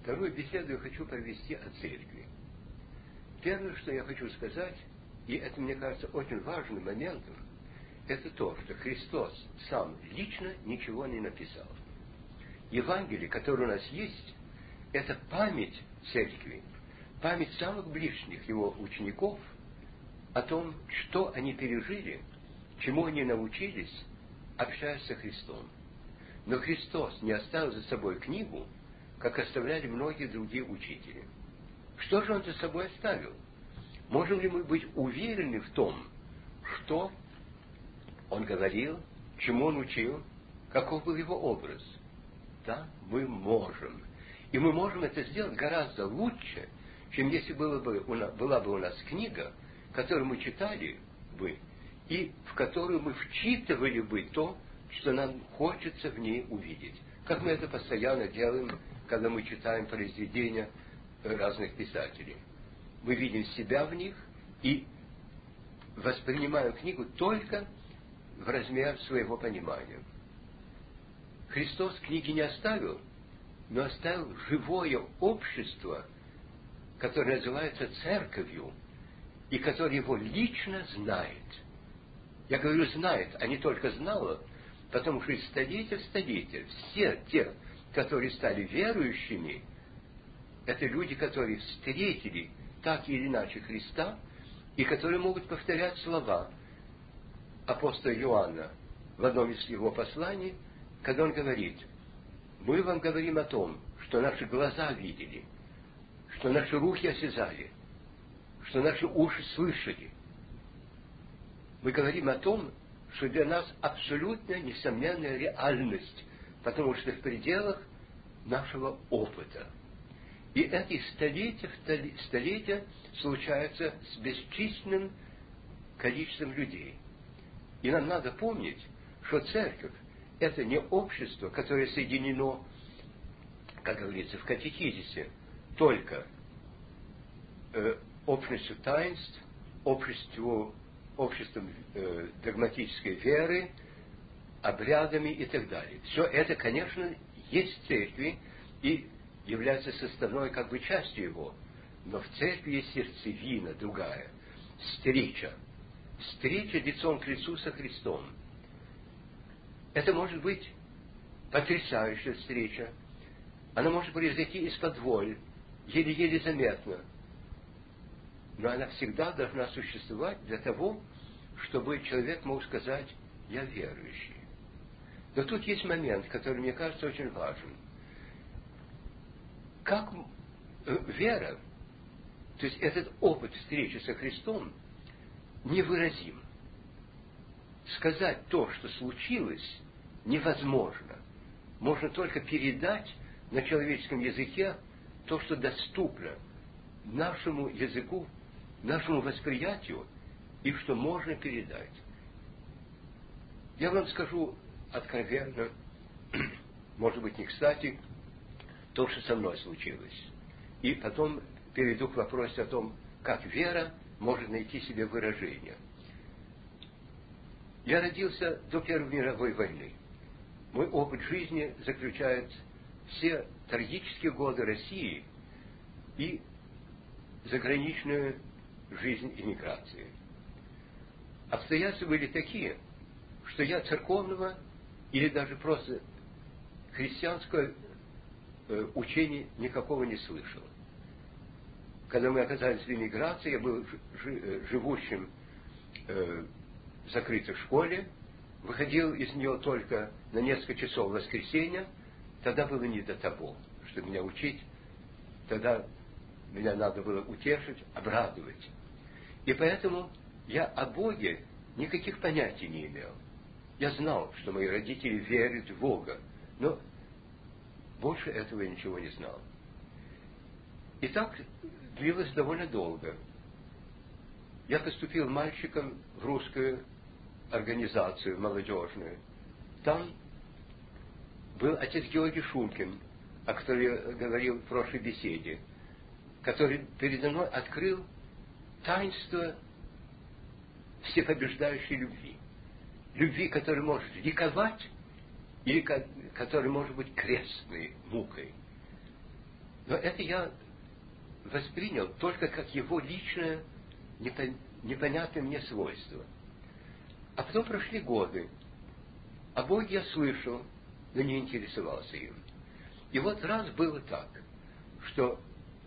Вторую беседу я хочу провести о церкви. Первое, что я хочу сказать, и это, мне кажется, очень важным моментом, это то, что Христос сам лично ничего не написал. Евангелие, которое у нас есть, это память церкви, память самых ближних его учеников о том, что они пережили, чему они научились, общаясь со Христом. Но Христос не оставил за собой книгу, как оставляли многие другие учители. Что же Он за собой оставил? Можем ли мы быть уверены в том, что Он говорил, чему Он учил, каков был Его образ? Да, мы можем. И мы можем это сделать гораздо лучше, чем если была бы у нас книга, которую мы читали бы, и в которую мы вчитывали бы то, что нам хочется в ней увидеть. Как мы это постоянно делаем, когда мы читаем произведения разных писателей. Мы видим себя в них и воспринимаем книгу только в размер своего понимания. Христос книги не оставил, но оставил живое общество, которое называется церковью, и которое его лично знает. Я говорю знает, а не только знало, потому что из столетия в столетие все те, которые стали верующими, это люди, которые встретили так или иначе Христа, и которые могут повторять слова апостола Иоанна в одном из его посланий, когда он говорит: мы вам говорим о том, что наши глаза видели, что наши руки осязали, что наши уши слышали. Мы говорим о том, что для нас абсолютно несомненная реальность, потому что в пределах нашего опыта. И эти столетия случаются с бесчисленным количеством людей. И нам надо помнить, что церковь – это не общество, которое соединено, как говорится, в катехизисе, только общностью таинств, обществом догматической веры, обрядами и так далее. Все это, конечно, есть в церкви и является составной как бы частью его. Но в церкви есть сердцевина другая. Встреча. Встреча лицом к лицу со Христом. Это может быть потрясающая встреча. Она может произойти из-под воль, еле-еле заметно. Но она всегда должна существовать для того, чтобы человек мог сказать: я верующий. Но тут есть момент, который, мне кажется, очень важен. Как вера, то есть этот опыт встречи со Христом, невыразим. Сказать то, что случилось, невозможно. Можно только передать на человеческом языке то, что доступно нашему языку, нашему восприятию, и что можно передать. Я вам скажу откровенно, может быть, не кстати, то, что со мной случилось. И потом перейду к вопросу о том, как вера может найти себе выражение. Я родился до Первой мировой войны. Мой опыт жизни заключает все трагические годы России и заграничную жизнь эмиграции. Обстоятельства были такие, что я церковного или даже просто христианского учения никакого не слышал. Когда мы оказались в эмиграции, я был живущим в закрытой школе, выходил из нее только на несколько часов в воскресенье, тогда было не до того, чтобы меня учить, тогда меня надо было утешить, обрадовать. И поэтому я о Боге никаких понятий не имел. Я знал, что мои родители верят в Бога, но больше этого я ничего не знал. И так длилось довольно долго. Я поступил мальчиком в русскую организацию молодежную. Там был отец Георгий Шумкин, о котором я говорил в прошлой беседе, который передо мной открыл таинство всепобеждающей любви. Любви, которая может ликовать, или которая может быть крестной мукой. Но это я воспринял только как его личное непонятное мне свойство. А потом прошли годы. О Боге я слышал, но не интересовался им. И вот раз было так, что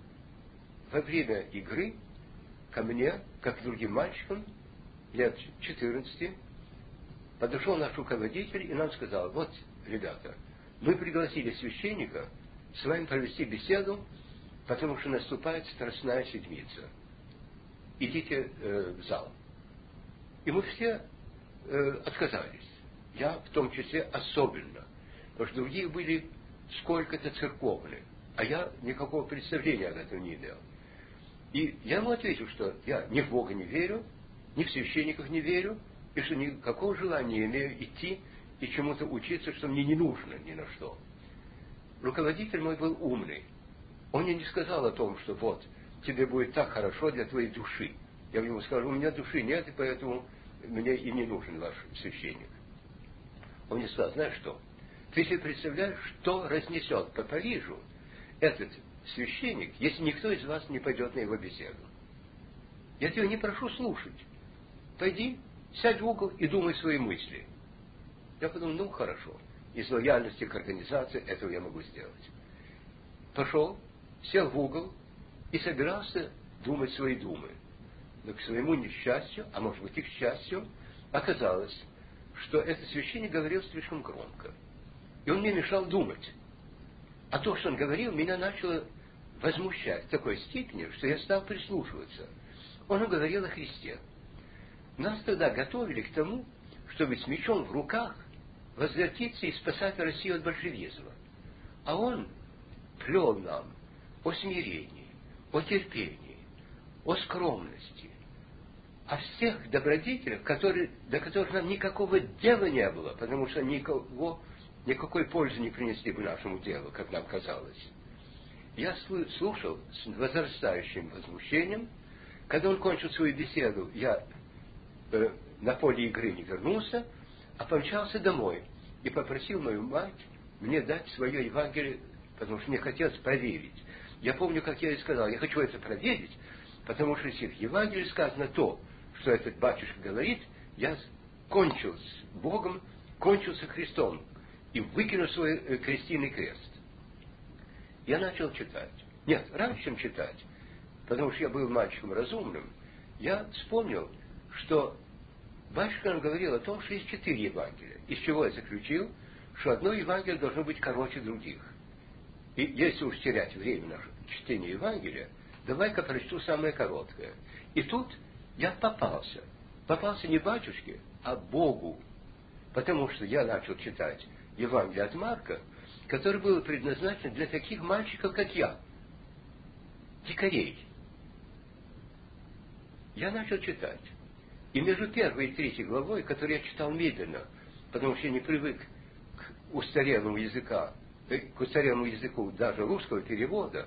во время игры ко мне, как к другим мальчикам, лет 14, подошел наш руководитель и нам сказал: вот, ребята, мы пригласили священника с вами провести беседу, потому что наступает Страстная Седмица. Идите в зал. И мы все отказались. Я в том числе особенно. Потому что другие были сколько-то церковные, а я никакого представления об этом не имел. И я ему ответил, что я ни в Бога не верю, ни в священников не верю, и что никакого желания не имею идти и чему-то учиться, что мне не нужно ни на что. Руководитель мой был умный. Он мне не сказал о том, что вот, тебе будет так хорошо для твоей души. Я ему скажу: у меня души нет, и поэтому мне и не нужен ваш священник. Он мне сказал: знаешь что, ты себе представляешь, что разнесет по Парижу этот священник, если никто из вас не пойдет на его беседу? Я тебя не прошу слушать. Пойди, сядь в угол и думай свои мысли. Я подумал: ну хорошо, из лояльности к организации этого я могу сделать. Пошел, сел в угол и собирался думать свои думы. Но к своему несчастью, а может быть и к счастью, оказалось, что этот священник говорил слишком громко. И он мне мешал думать. А то, что он говорил, меня начало возмущать в такой степени, что я стал прислушиваться. Он говорил о Христе. Нас тогда готовили к тому, чтобы с мечом в руках возвратиться и спасать Россию от большевизма. А он плел нам о смирении, о терпении, о скромности, о всех добродетелях, до которых нам никакого дела не было, потому что никакой пользы не принесли бы нашему делу, как нам казалось. Я слушал с возрастающим возмущением. Когда он кончил свою беседу, я на поле игры не вернулся, а помчался домой и попросил мою мать мне дать свое Евангелие, потому что мне хотелось проверить. Я помню, как я ей сказал: я хочу это проверить, потому что если в Евангелии сказано то, что этот батюшка говорит, я кончил с Богом, кончил со Христом и выкинул свой крестильный крест. Я начал читать. Нет, раньше, чем читать, потому что я был мальчиком разумным, я вспомнил, что батюшка нам говорил о том, что есть 4 Евангелия, из чего я заключил, что одно Евангелие должно быть короче других. И если уж терять время на чтение Евангелия, давай-ка прочту самое короткое. И тут я попался. Попался не батюшке, а Богу. Потому что я начал читать Евангелие от Марка, которое было предназначено для таких мальчиков, как я. Дикарей. Я начал читать. И между 1 и 3 главой, которую я читал медленно, потому что я не привык к устарелому языку даже русского перевода,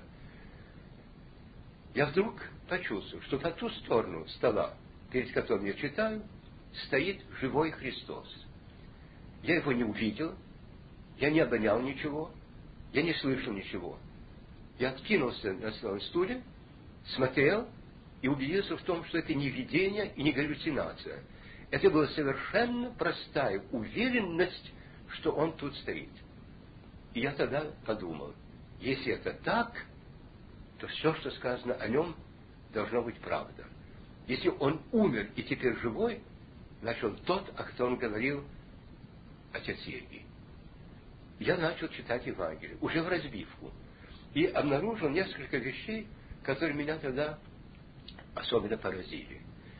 я вдруг почувствовал, что по ту сторону стола, перед которым я читаю, стоит живой Христос. Я его не увидел, я не обонял ничего, я не слышал ничего. Я откинулся на своем стуле, смотрел и убедился в том, что это не видение и не галлюцинация. Это была совершенно простая уверенность, что он тут стоит. И я тогда подумал: если это так, то все, что сказано о нем, должно быть правда. Если он умер и теперь живой, значит, он тот, о котором говорил отец Сергий. Я начал читать Евангелие, уже в разбивку, и обнаружил несколько вещей, которые меня тогда особенно поразили.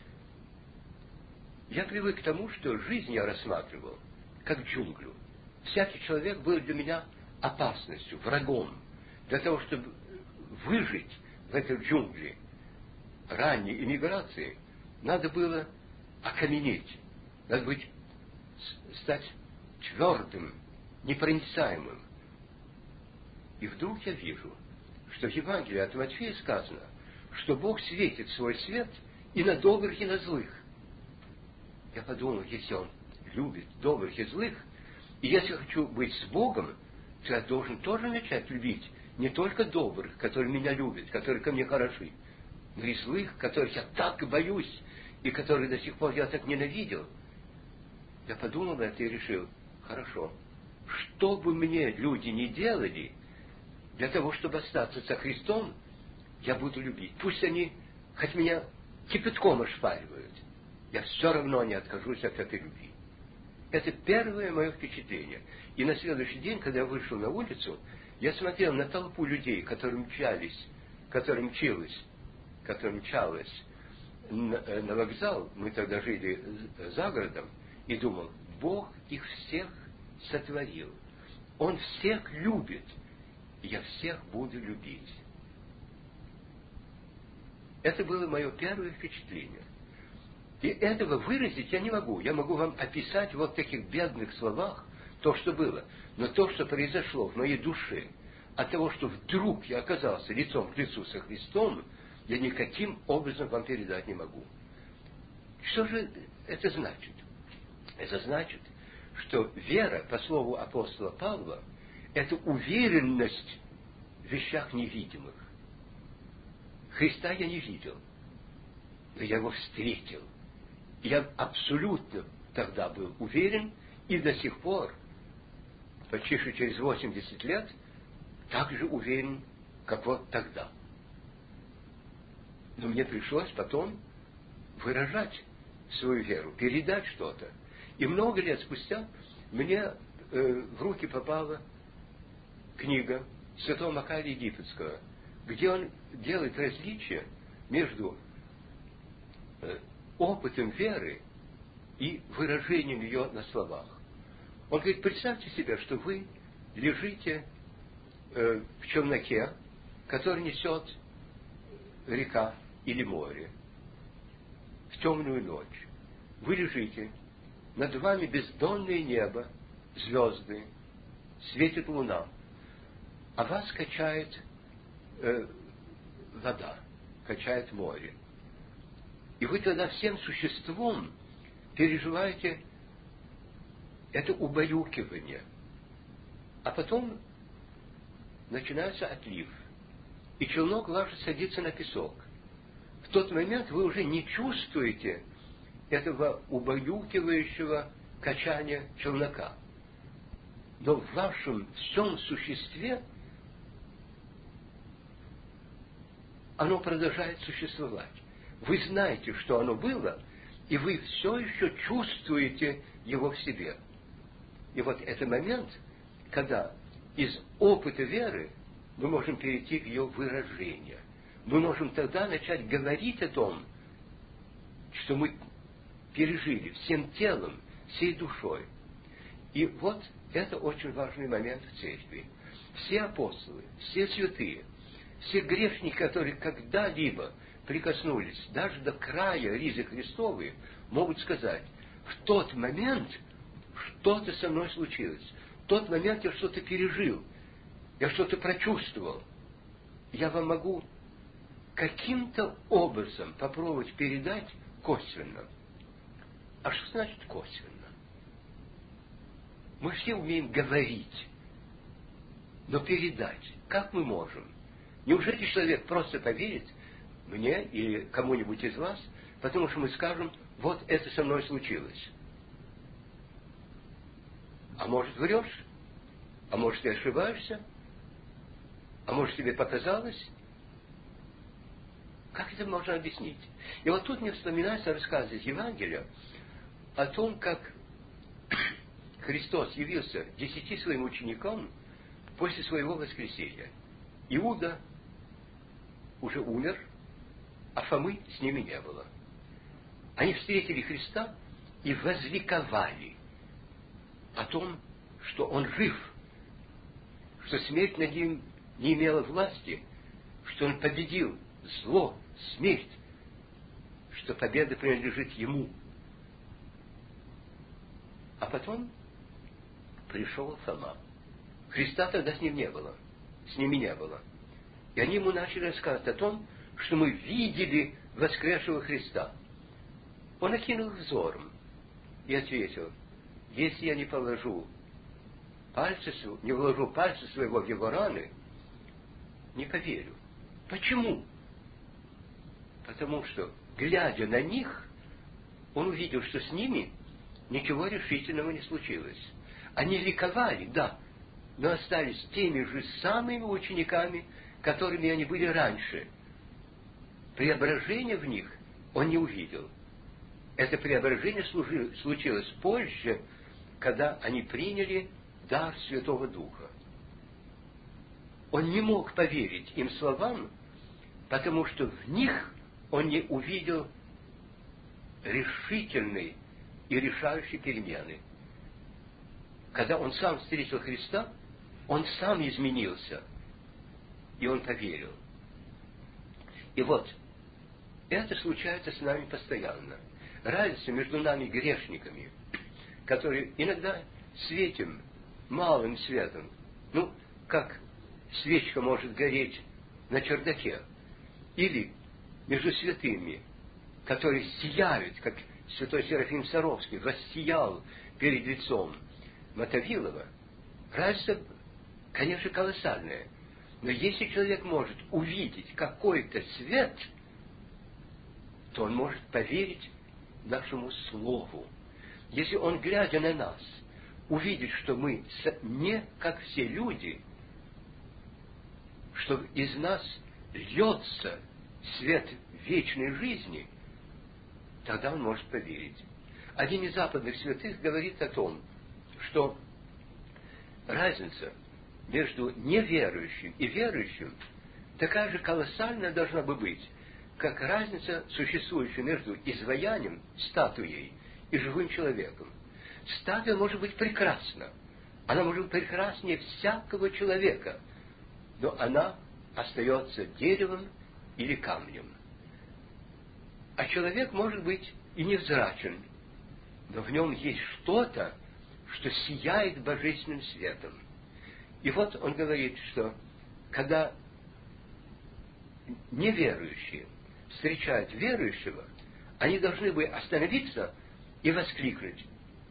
Я привык к тому, что жизнь я рассматривал как джунглю. Всякий человек был для меня опасностью, врагом. Для того, чтобы выжить в этой джунгли ранней эмиграции, надо было окаменеть, надо стать твердым, непроницаемым. И вдруг я вижу, что в Евангелии от Матфея сказано, что Бог светит свой свет и на добрых, и на злых. Я подумал: если Он любит добрых и злых, и если хочу быть с Богом, то я должен тоже начать любить не только добрых, которые меня любят, которые ко мне хороши, но и злых, которых я так боюсь, и которых до сих пор я так ненавидел. Я подумал на это и решил, хорошо, что бы мне люди не делали, для того, чтобы остаться со Христом, я буду любить. Пусть они хоть меня кипятком ошпаривают, я все равно не откажусь от этой любви. Это первое мое впечатление. И на следующий день, когда я вышел на улицу, я смотрел на толпу людей, которые мчалась на вокзал, мы тогда жили за городом, и думал, Бог их всех сотворил. Он всех любит, и я всех буду любить. Это было мое первое впечатление. И этого выразить я не могу. Я могу вам описать вот в таких бедных словах то, что было. Но то, что произошло в моей душе, от того, что вдруг я оказался лицом к лицу со Христом, я никаким образом вам передать не могу. Что же это значит? Это значит, что вера, по слову апостола Павла, это уверенность в вещах невидимых. Христа я не видел, но я его встретил. Я абсолютно тогда был уверен, и до сих пор, почти что через 80 лет, так же уверен, как вот тогда. Но мне пришлось потом выражать свою веру, передать что-то. И много лет спустя мне в руки попала книга святого Макария Египетского, где он делает различие между опытом веры и выражением ее на словах. Он говорит, представьте себе, что вы лежите в челноке, который несет река или море, в темную ночь. Вы лежите, над вами бездонное небо, звезды, светит луна, а вас качает вода, качает море. И вы тогда всем существом переживаете это убаюкивание. А потом начинается отлив. И челнок ваш садится на песок. В тот момент вы уже не чувствуете этого убаюкивающего качания челнока. Но в вашем всем существе оно продолжает существовать. Вы знаете, что оно было, и вы все еще чувствуете его в себе. И вот это момент, когда из опыта веры мы можем перейти в ее выражение. Мы можем тогда начать говорить о том, что мы пережили всем телом, всей душой. И вот это очень важный момент в церкви. Все апостолы, все святые, все грешники, которые когда-либо прикоснулись даже до края ризы Христовой, могут сказать, в тот момент что-то со мной случилось. В тот момент я что-то пережил, я что-то прочувствовал. Я вам могу каким-то образом попробовать передать косвенно. А что значит косвенно? Мы все умеем говорить, но передать, как мы можем? Неужели человек просто поверит мне или кому-нибудь из вас, потому что мы скажем, вот это со мной случилось? А может, врешь? А может, ты ошибаешься? А может, тебе показалось? Как это можно объяснить? И вот тут мне вспоминается рассказ из Евангелия о том, как Христос явился 10 своим ученикам после своего воскресения. Иуда уже умер, а Фомы с ними не было. Они встретили Христа и возликовали о том, что Он жив, что смерть над Ним не имела власти, что Он победил зло, смерть, что победа принадлежит Ему. А потом пришел Фома. Христа тогда с ними не было. И они ему начали рассказывать о том, что мы видели воскресшего Христа. Он окинул их взором и ответил, если я не положу не вложу пальца своего в его раны, не поверю. Почему? Потому что, глядя на них, он увидел, что с ними ничего решительного не случилось. Они ликовали, да, но остались теми же самыми учениками, которыми они были раньше. Преображение в них он не увидел. Это преображение случилось позже, когда они приняли дар Святого Духа. Он не мог поверить им словам, потому что в них он не увидел решительной и решающей перемены. Когда он сам встретил Христа, он сам изменился, и он поверил. И вот, это случается с нами постоянно. Разница между нами грешниками, которые иногда светим малым светом, как свечка может гореть на чердаке, или между святыми, которые сияют, как святой Серафим Саровский воссиял перед лицом Мотовилова. Разница, конечно, колоссальная. Но если человек может увидеть какой-то свет, то он может поверить нашему Слову. Если он, глядя на нас, увидит, что мы не как все люди, что из нас льется свет вечной жизни, тогда он может поверить. Один из западных святых говорит о том, что разница между неверующим и верующим такая же колоссальная должна бы быть, как разница, существующая между изваянием, статуей и живым человеком. Статуя может быть прекрасна. Она может быть прекраснее всякого человека, но она остается деревом или камнем. А человек может быть и невзрачен, но в нем есть что-то, что сияет божественным светом. И вот он говорит, что когда неверующие встречают верующего, они должны бы остановиться и воскликнуть: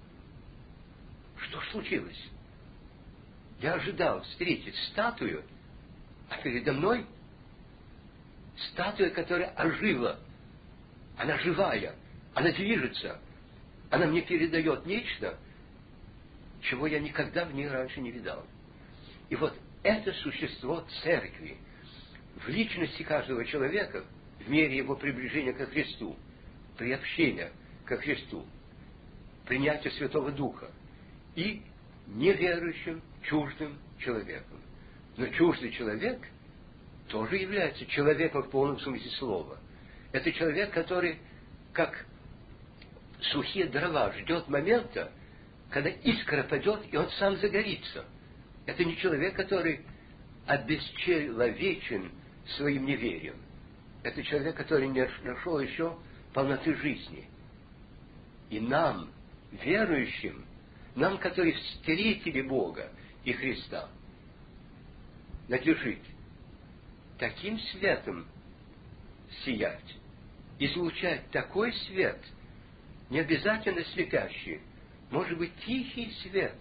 что случилось? Я ожидал встретить статую, а передо мной статуя, которая ожила. Она живая, она движется, она мне передает нечто, чего я никогда в ней раньше не видал. И вот это существо церкви в личности каждого человека, в мере его приближения ко Христу, приобщения ко Христу, принятия Святого Духа и неверующим, чуждым человеком. Но чуждый человек тоже является человеком в полном смысле слова. Это человек, который, как сухие дрова, ждет момента, когда искра падет, и он сам загорится. Это не человек, который обесчеловечен своим неверием. Это человек, который не нашел еще полноты жизни. И нам, верующим, нам, которые встретили Бога и Христа, надлежит таким светом сиять, излучать такой свет, не обязательно слепящий, может быть, тихий свет,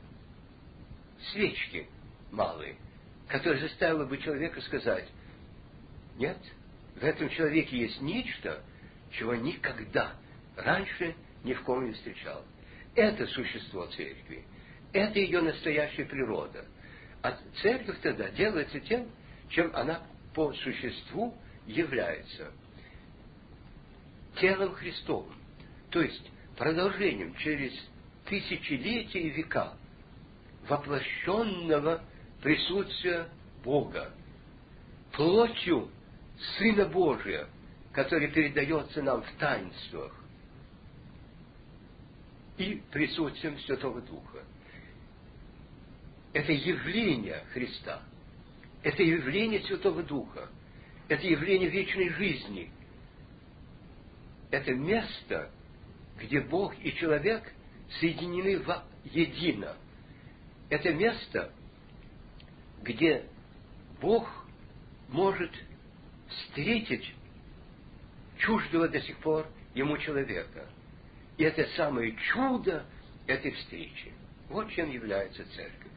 свечки малые, которая заставила бы человека сказать: нет, в этом человеке есть нечто, чего никогда раньше ни в ком не встречал. Это существо церкви, это ее настоящая природа. А церковь тогда делается тем, чем она по существу является: телом Христовым, то есть продолжением через тысячелетия и века воплощенного присутствия Бога, плотью Сына Божия, который передается нам в таинствах, и присутствием Святого Духа. Это явление Христа, это явление Святого Духа, это явление вечной жизни, это место, где Бог и человек соединены воедино. Это место, где Бог может встретить чуждого до сих пор ему человека. И это самое чудо этой встречи. Вот чем является церковь.